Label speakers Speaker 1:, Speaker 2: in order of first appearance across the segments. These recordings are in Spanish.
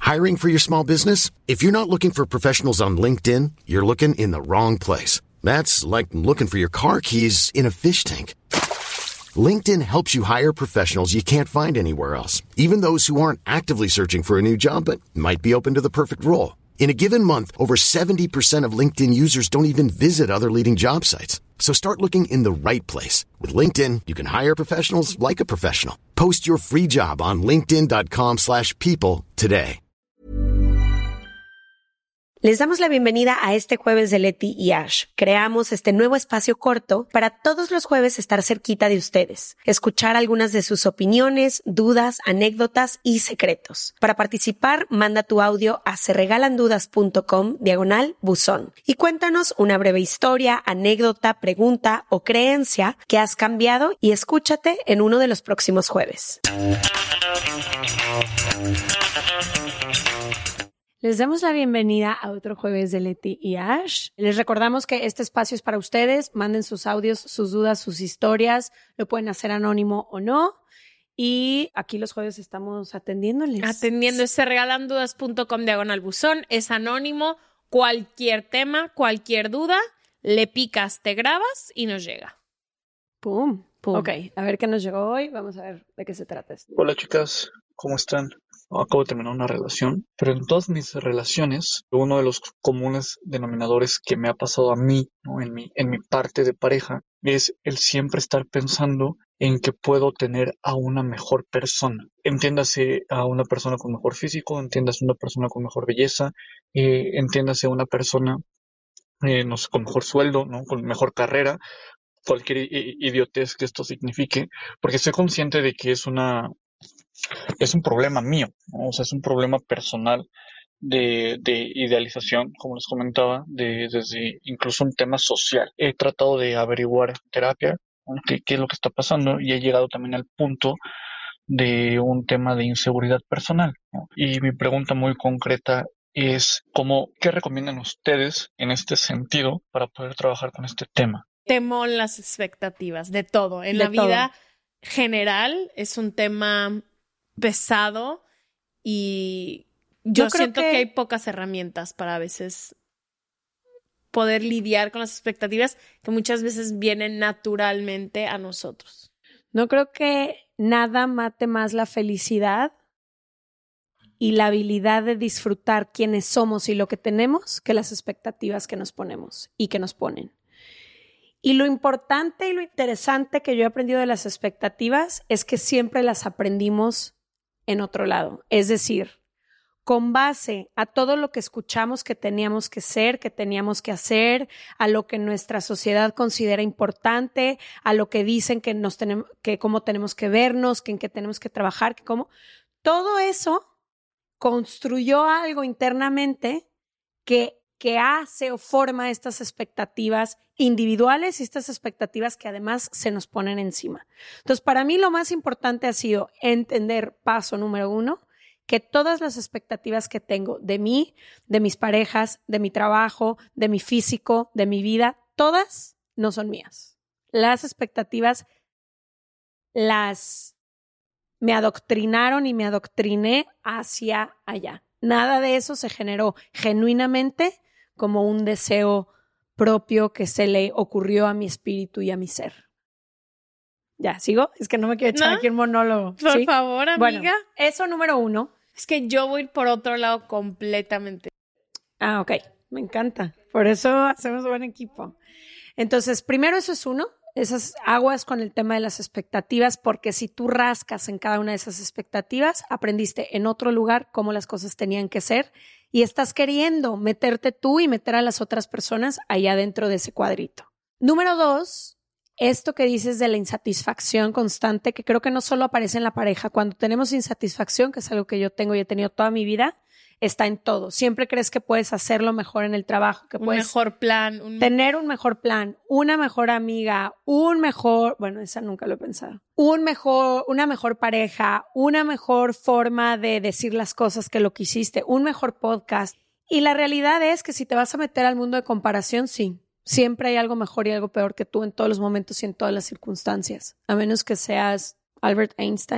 Speaker 1: Hiring for your small business? If you're not looking for professionals on LinkedIn, you're looking in the wrong place. That's like looking for your car keys in a fish tank. LinkedIn helps you hire professionals you can't find anywhere else, even those who aren't actively searching for a new job but might be open to the perfect role. In a given month, over 70% of LinkedIn users don't even visit other leading job sites. So start looking in the right place. With LinkedIn, you can hire professionals like a professional. Post your free job on linkedin.com/people today.
Speaker 2: Les damos la bienvenida a este jueves de Leti y Ash. Creamos este nuevo espacio corto para todos los jueves estar cerquita de ustedes, escuchar algunas de sus opiniones, dudas, anécdotas y secretos. Para participar, manda tu audio a seregalandudas.com/buzón y cuéntanos una breve historia, anécdota, pregunta o creencia que has cambiado y escúchate en uno de los próximos jueves. Les damos la bienvenida a otro jueves de Leti y Ash. Les recordamos que este espacio es para ustedes. Manden sus audios, sus dudas, sus historias. Lo pueden hacer anónimo o no. Y aquí los jueves estamos atendiéndoles.
Speaker 3: Atendiendo es seregalandudas.com/buzón. Es anónimo. Cualquier tema, cualquier duda, le picas, te grabas y nos llega.
Speaker 2: ¡Pum!
Speaker 3: Pum.
Speaker 2: Ok, a ver qué nos llegó hoy. Vamos a ver de qué se trata esto.
Speaker 4: Hola chicas, ¿cómo están? Acabo de terminar una relación, pero en todas mis relaciones, uno de los comunes denominadores que me ha pasado a mí, ¿no? en mi parte de pareja, es el siempre estar pensando en que puedo tener a una mejor persona. Entiéndase a una persona con mejor físico, entiéndase a una persona con mejor belleza, entiéndase a una persona, no sé, con mejor sueldo, ¿no? Con mejor carrera, cualquier idiotez que esto signifique, porque soy consciente de que es un problema mío, ¿no? O sea, es un problema personal de idealización, como les comentaba, desde incluso un tema social. He tratado de averiguar en terapia, ¿no? qué es lo que está pasando, y he llegado también al punto de un tema de inseguridad personal, ¿no? Y mi pregunta muy concreta es ¿qué recomiendan ustedes en este sentido para poder trabajar con este tema?
Speaker 3: Temo las expectativas de todo. En la vida general es un tema pesado y yo siento que hay pocas herramientas para a veces poder lidiar con las expectativas que muchas veces vienen naturalmente a nosotros.
Speaker 2: No creo que nada mate más la felicidad y la habilidad de disfrutar quiénes somos y lo que tenemos que las expectativas que nos ponemos y que nos ponen. Y lo importante y lo interesante que yo he aprendido de las expectativas es que siempre las aprendimos en otro lado. Es decir, con base a todo lo que escuchamos que teníamos que ser, que teníamos que hacer, a lo que nuestra sociedad considera importante, a lo que dicen que cómo tenemos que vernos, que en qué tenemos que trabajar, todo eso construyó algo internamente que hace o forma estas expectativas individuales y estas expectativas que además se nos ponen encima. Entonces, para mí lo más importante ha sido entender, paso número 1, que todas las expectativas que tengo de mí, de mis parejas, de mi trabajo, de mi físico, de mi vida, todas no son mías. Las expectativas me adoctrinaron y me adoctriné hacia allá. Nada de eso se generó genuinamente como un deseo propio que se le ocurrió a mi espíritu y a mi ser. ¿Ya sigo? Es que no me quiero echar aquí un monólogo.
Speaker 3: Por favor, amiga.
Speaker 2: Bueno, eso número 1.
Speaker 3: Es que yo voy por otro lado completamente.
Speaker 2: Ah, ok. Me encanta. Por eso hacemos buen equipo. Entonces, primero eso es 1. Esas aguas con el tema de las expectativas, porque si tú rascas en cada una de esas expectativas, aprendiste en otro lugar cómo las cosas tenían que ser y estás queriendo meterte tú y meter a las otras personas allá dentro de ese cuadrito. Número 2, esto que dices de la insatisfacción constante, que creo que no solo aparece en la pareja. Cuando tenemos insatisfacción, que es algo que yo tengo y he tenido toda mi vida, está en todo. Siempre crees que puedes hacerlo mejor en el trabajo, que puedes
Speaker 3: mejor plan,
Speaker 2: tener un mejor plan, una mejor amiga, bueno, esa nunca lo he pensado, una mejor pareja, una mejor forma de decir las cosas que lo que hiciste, un mejor podcast. Y la realidad es que si te vas a meter al mundo de comparación, sí, siempre hay algo mejor y algo peor que tú en todos los momentos y en todas las circunstancias, a menos que seas Albert Einstein.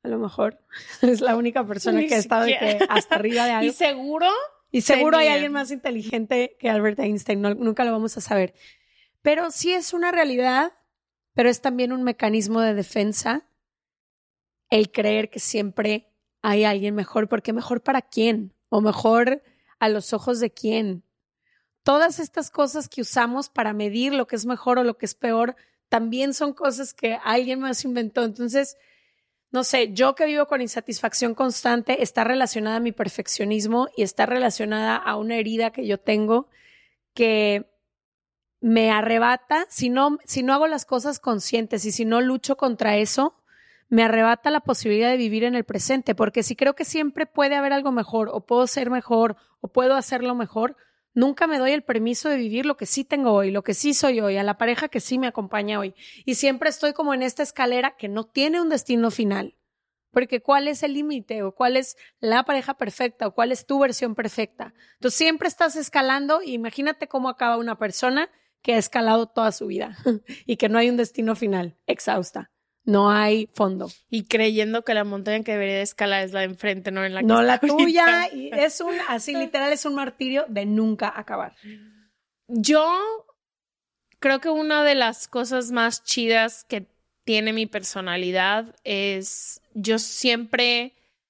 Speaker 2: a lo mejor. Es la única persona que ha estado de que hasta arriba de algo.
Speaker 3: Y seguro
Speaker 2: hay alguien más inteligente que Albert Einstein, nunca lo vamos a saber. Pero sí es una realidad, pero es también un mecanismo de defensa el creer que siempre hay alguien mejor, porque mejor para quién o mejor a los ojos de quién. Todas estas cosas que usamos para medir lo que es mejor o lo que es peor también son cosas que alguien más inventó. Entonces, no sé, yo que vivo con insatisfacción constante está relacionada a mi perfeccionismo y está relacionada a una herida que yo tengo que me arrebata, si no hago las cosas conscientes y si no lucho contra eso, me arrebata la posibilidad de vivir en el presente, porque si creo que siempre puede haber algo mejor o puedo ser mejor o puedo hacerlo mejor, nunca me doy el permiso de vivir lo que sí tengo hoy, lo que sí soy hoy, a la pareja que sí me acompaña hoy. Y siempre estoy como en esta escalera que no tiene un destino final. Porque ¿cuál es el límite? ¿O cuál es la pareja perfecta? ¿O cuál es tu versión perfecta? Entonces siempre estás escalando y imagínate cómo acaba una persona que ha escalado toda su vida y que no hay un destino final, exhausta. No hay fondo.
Speaker 3: Y creyendo que la montaña que debería de escalar es la de enfrente, no en la que
Speaker 2: no
Speaker 3: está
Speaker 2: la tuya.
Speaker 3: ahorita.
Speaker 2: Y así literal es un martirio de nunca acabar.
Speaker 3: Yo creo que una de las cosas más chidas que tiene mi personalidad es yo siempre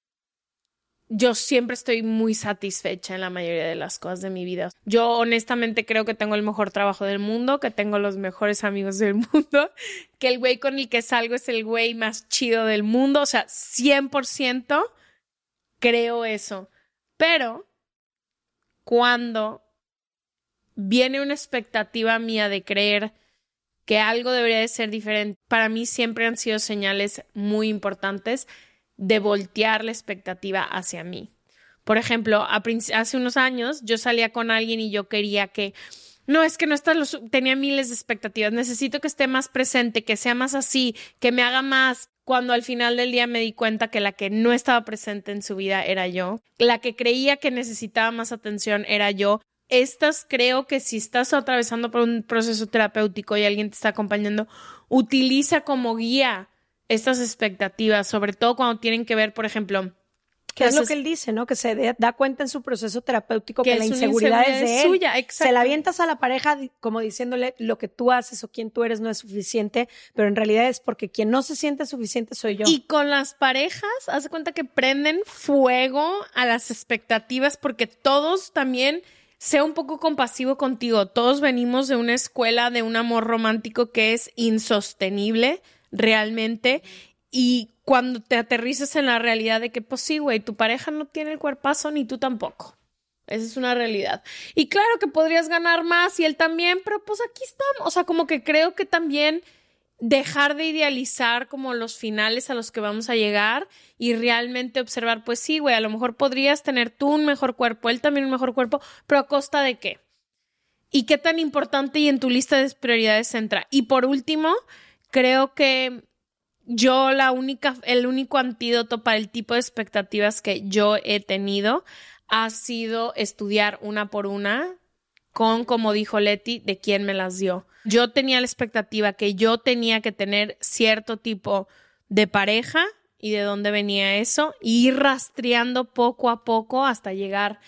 Speaker 3: estoy muy satisfecha en la mayoría de las cosas de mi vida. Yo honestamente creo que tengo el mejor trabajo del mundo, que tengo los mejores amigos del mundo, que el güey con el que salgo es el güey más chido del mundo. O sea, 100% creo eso. Pero cuando viene una expectativa mía de creer que algo debería de ser diferente, para mí siempre han sido señales muy importantes de voltear la expectativa hacia mí. Por ejemplo, hace unos años yo salía con alguien y yo quería que tenía miles de expectativas. Necesito que esté más presente, que sea más así, que me haga más. Cuando al final del día me di cuenta que la que no estaba presente en su vida era yo. La que creía que necesitaba más atención era yo. Creo que si estás atravesando por un proceso terapéutico y alguien te está acompañando, utiliza como guía estas expectativas, sobre todo cuando tienen que ver, por ejemplo,
Speaker 2: que es lo que él dice, ¿no? Que se da cuenta en su proceso terapéutico que la inseguridad es de él.
Speaker 3: Suya, exacto.
Speaker 2: Se la avientas a la pareja como diciéndole lo que tú haces o quién tú eres no es suficiente, pero en realidad es porque quien no se siente suficiente soy yo.
Speaker 3: Y con las parejas, haz de cuenta que prenden fuego a las expectativas porque todos también, sea un poco compasivo contigo. Todos venimos de una escuela de un amor romántico que es insostenible realmente, y cuando te aterrizas en la realidad de que pues sí, güey, tu pareja no tiene el cuerpazo ni tú tampoco. Esa es una realidad. Y claro que podrías ganar más y él también, pero pues aquí estamos. O sea, como que creo que también dejar de idealizar como los finales a los que vamos a llegar y realmente observar, pues sí, güey, a lo mejor podrías tener tú un mejor cuerpo, él también un mejor cuerpo, pero ¿a costa de qué? ¿Y qué tan importante y en tu lista de prioridades entra? Y por último, creo que el único antídoto para el tipo de expectativas que yo he tenido ha sido estudiar una por una con, como dijo Leti, de quién me las dio. Yo tenía la expectativa que yo tenía que tener cierto tipo de pareja y de dónde venía eso, e ir rastreando poco a poco hasta llegar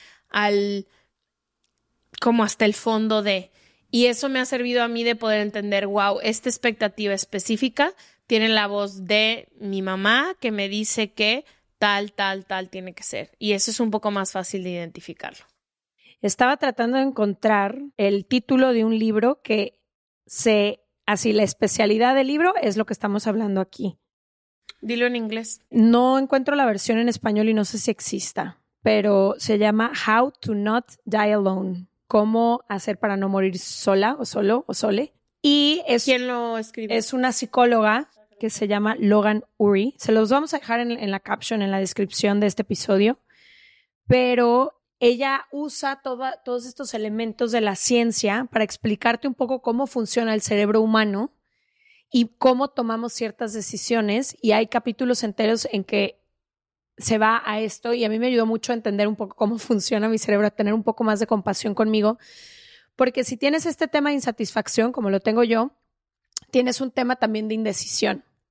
Speaker 3: como hasta el fondo de. Y eso me ha servido a mí de poder entender, wow, esta expectativa específica tiene la voz de mi mamá que me dice que tal tiene que ser. Y eso es un poco más fácil de identificarlo.
Speaker 2: Estaba tratando de encontrar el título de un libro que así la especialidad del libro es lo que estamos hablando aquí.
Speaker 3: Dilo en inglés.
Speaker 2: No encuentro la versión en español y no sé si exista, pero se llama How to Not Die Alone. Cómo hacer para no morir sola o solo o sole. Y
Speaker 3: ¿quién lo escribe?
Speaker 2: Es una psicóloga que se llama Logan Ury. Se los vamos a dejar en la caption, en la descripción de este episodio. Pero ella usa todos estos elementos de la ciencia para explicarte un poco cómo funciona el cerebro humano y cómo tomamos ciertas decisiones. Y hay capítulos enteros en que se va a esto y a mí me ayudó mucho a entender un poco cómo funciona mi cerebro, a tener un poco más de compasión conmigo. Porque si tienes este tema de insatisfacción, como lo tengo yo, tienes un tema también de indecisión,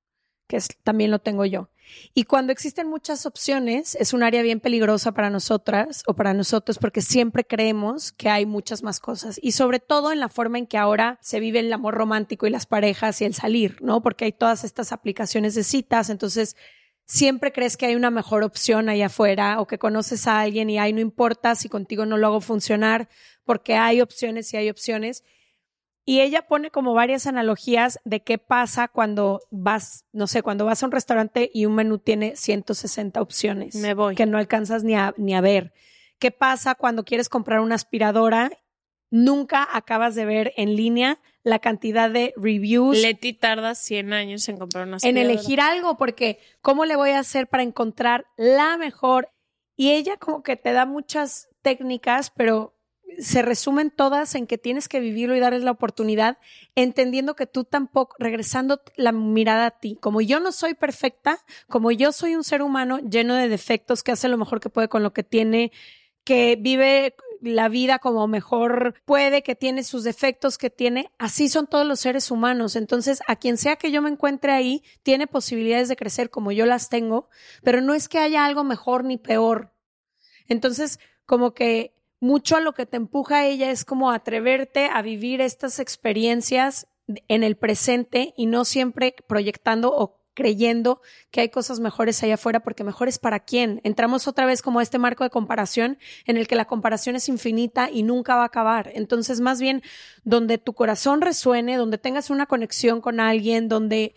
Speaker 2: también lo tengo yo. Y cuando existen muchas opciones, es un área bien peligrosa para nosotras o para nosotros porque siempre creemos que hay muchas más cosas. Y sobre todo en la forma en que ahora se vive el amor romántico y las parejas y el salir, ¿no? Porque hay todas estas aplicaciones de citas, entonces siempre crees que hay una mejor opción allá afuera o que conoces a alguien y ahí no importa si contigo no lo hago funcionar porque hay opciones y hay opciones. Y ella pone como varias analogías de qué pasa cuando vas, no sé, cuando vas a un restaurante y un menú tiene 160 opciones.
Speaker 3: Me voy.
Speaker 2: Que no alcanzas ni a ver. ¿Qué pasa cuando quieres comprar una aspiradora? Nunca acabas de ver en línea la cantidad de reviews.
Speaker 3: Leti tarda 100 años en comprar una aspiradora.
Speaker 2: En elegir algo, porque ¿cómo le voy a hacer para encontrar la mejor? Y ella como que te da muchas técnicas, pero se resumen todas en que tienes que vivirlo y darles la oportunidad, entendiendo que tú tampoco, regresando la mirada a ti, como yo no soy perfecta, como yo soy un ser humano lleno de defectos, que hace lo mejor que puede con lo que tiene, que vive la vida como mejor puede, que tiene sus defectos que tiene, así son todos los seres humanos. Entonces, a quien sea que yo me encuentre ahí, tiene posibilidades de crecer como yo las tengo, pero no es que haya algo mejor ni peor. Entonces, como que mucho a lo que te empuja a ella es como atreverte a vivir estas experiencias en el presente y no siempre proyectando o creyendo que hay cosas mejores allá afuera, porque mejor es para quién. Entramos otra vez como a este marco de comparación en el que la comparación es infinita y nunca va a acabar. Entonces, más bien, donde tu corazón resuene, donde tengas una conexión con alguien, donde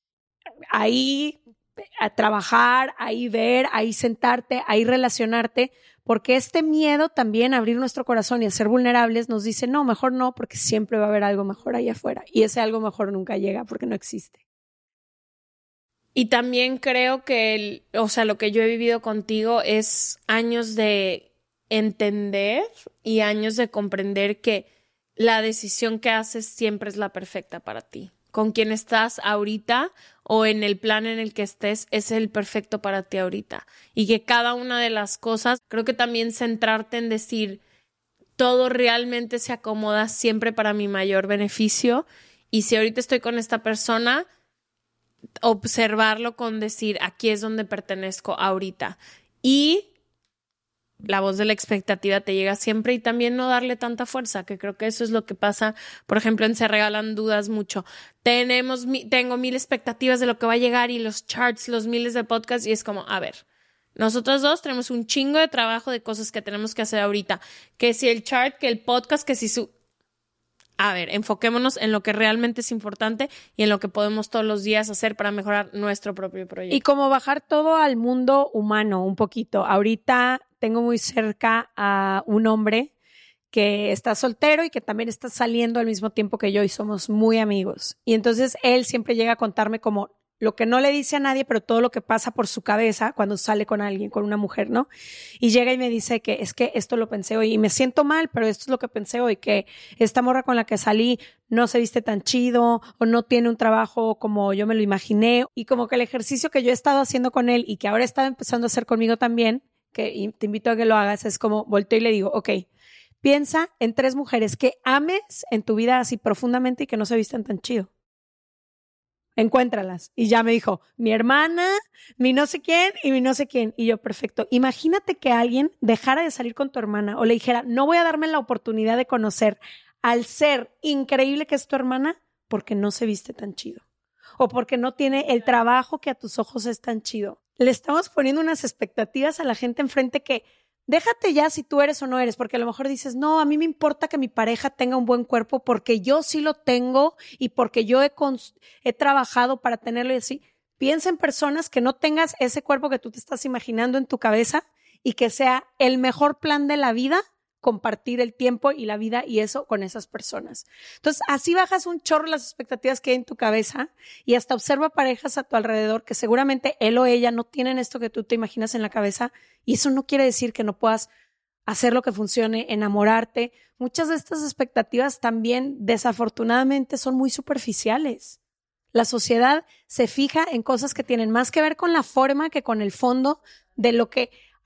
Speaker 2: ahí a trabajar, ahí ver, ahí sentarte, ahí relacionarte, porque este miedo también a abrir nuestro corazón y a ser vulnerables nos dice, no, mejor no, porque siempre va a haber algo mejor allá afuera. Y ese algo mejor nunca llega porque no existe.
Speaker 3: Y también creo que, lo que yo he vivido contigo es años de entender y años de comprender que la decisión que haces siempre es la perfecta para ti. Con quien estás ahorita o en el plan en el que estés es el perfecto para ti ahorita. Y que cada una de las cosas, creo que también centrarte en decir, todo realmente se acomoda siempre para mi mayor beneficio. Y si ahorita estoy con esta persona, observarlo con decir, aquí es donde pertenezco ahorita. Y la voz de la expectativa te llega siempre y también no darle tanta fuerza, que creo que eso es lo que pasa, por ejemplo, en Se Regalan Dudas mucho. Tengo 1000 expectativas de lo que va a llegar y los charts, los miles de podcasts y es como, a ver, nosotros dos tenemos un chingo de trabajo de cosas que tenemos que hacer ahorita, que si el chart, que el podcast, que si su... A ver, enfoquémonos en lo que realmente es importante y en lo que podemos todos los días hacer para mejorar nuestro propio proyecto.
Speaker 2: Y como bajar todo al mundo humano un poquito. Ahorita tengo muy cerca a un hombre que está soltero y que también está saliendo al mismo tiempo que yo y somos muy amigos. Y entonces él siempre llega a contarme como lo que no le dice a nadie, pero todo lo que pasa por su cabeza cuando sale con alguien, con una mujer, ¿no? Y llega y me dice que es que esto lo pensé hoy y me siento mal, pero esto es lo que pensé hoy, que esta morra con la que salí no se viste tan chido o no tiene un trabajo como yo me lo imaginé. Y como que el ejercicio que yo he estado haciendo con él y que ahora está empezando a hacer conmigo también, que te invito a que lo hagas, es como volteo y le digo, ok, piensa en 3 mujeres que ames en tu vida así profundamente y que no se visten tan chido. Encuéntralas. Y ya me dijo, mi hermana, mi no sé quién y mi no sé quién. Y yo, perfecto. Imagínate que alguien dejara de salir con tu hermana o le dijera, no voy a darme la oportunidad de conocer al ser increíble que es tu hermana porque no se viste tan chido. O porque no tiene el trabajo que a tus ojos es tan chido. Le estamos poniendo unas expectativas a la gente enfrente que déjate ya si tú eres o no eres, porque a lo mejor dices, no, a mí me importa que mi pareja tenga un buen cuerpo porque yo sí lo tengo y porque yo he trabajado para tenerlo y así. Piensa en personas que no tengas ese cuerpo que tú te estás imaginando en tu cabeza y que sea el mejor plan de la vida compartir el tiempo y la vida y eso con esas personas. Entonces, así bajas un chorro las expectativas que hay en tu cabeza y hasta observa parejas a tu alrededor que seguramente él o ella no tienen esto que tú te imaginas en la cabeza y eso no quiere decir que no puedas hacer lo que funcione, enamorarte. Muchas de estas expectativas también, desafortunadamente, son muy superficiales. La sociedad se fija en cosas que tienen más que ver con la forma que con el fondo de lo que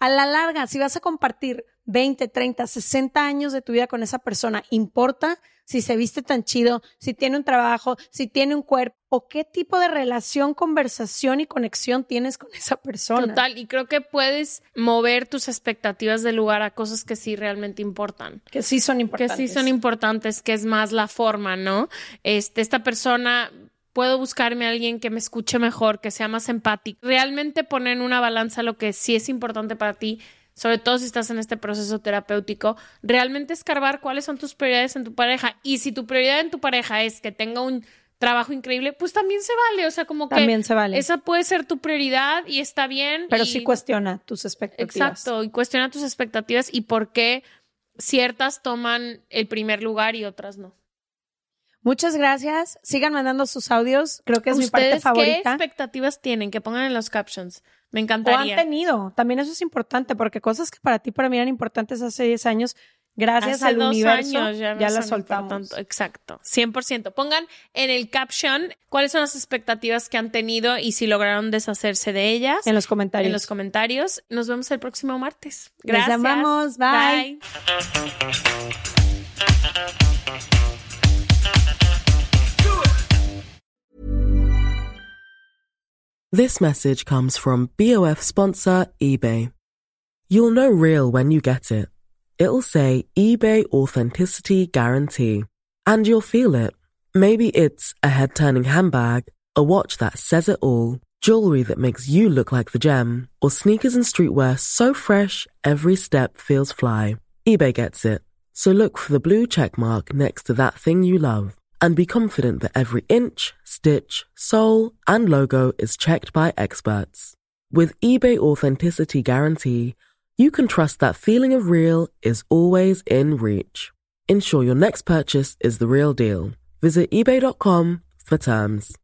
Speaker 2: A la larga, si vas a compartir 20, 30, 60 años de tu vida con esa persona, ¿importa si se viste tan chido, si tiene un trabajo, si tiene un cuerpo, o qué tipo de relación, conversación y conexión tienes con esa persona?
Speaker 3: Total, y creo que puedes mover tus expectativas de lugar a cosas que sí realmente importan.
Speaker 2: Que sí son importantes.
Speaker 3: Que sí son importantes, que es más la forma, ¿no? Esta persona... Puedo buscarme a alguien que me escuche mejor, que sea más empático. Realmente poner en una balanza lo que sí es importante para ti, sobre todo si estás en este proceso terapéutico, realmente escarbar cuáles son tus prioridades en tu pareja. Y si tu prioridad en tu pareja es que tenga un trabajo increíble, pues también se vale. O sea, como que
Speaker 2: también se vale.
Speaker 3: Esa puede ser tu prioridad y está bien.
Speaker 2: Pero sí cuestiona tus expectativas.
Speaker 3: Exacto, y cuestiona tus expectativas y por qué ciertas toman el primer lugar y otras no.
Speaker 2: Muchas gracias. Sigan mandando sus audios. Creo que es mi parte favorita.
Speaker 3: ¿Qué expectativas tienen? Que pongan en los captions. Me encantaría.
Speaker 2: O han tenido. También eso es importante porque cosas que para ti, para mí eran importantes hace 10 años, gracias al universo, ya las soltamos.
Speaker 3: Exacto. 100%. Pongan en el caption cuáles son las expectativas que han tenido y si lograron deshacerse de ellas.
Speaker 2: En los comentarios.
Speaker 3: En los comentarios. Nos vemos el próximo martes. Gracias.
Speaker 2: Les amamos. Bye.
Speaker 5: This message comes from BOF sponsor eBay. You'll know real when you get it. It'll say eBay Authenticity Guarantee. And you'll feel it. Maybe it's a head-turning handbag, a watch that says it all, jewelry that makes you look like the gem, or sneakers and streetwear so fresh every step feels fly. eBay gets it. So look for the blue check mark next to that thing you love. And be confident that every inch, stitch, sole, and logo is checked by experts. With eBay Authenticity Guarantee, you can trust that feeling of real is always in reach. Ensure your next purchase is the real deal. Visit eBay.com for terms.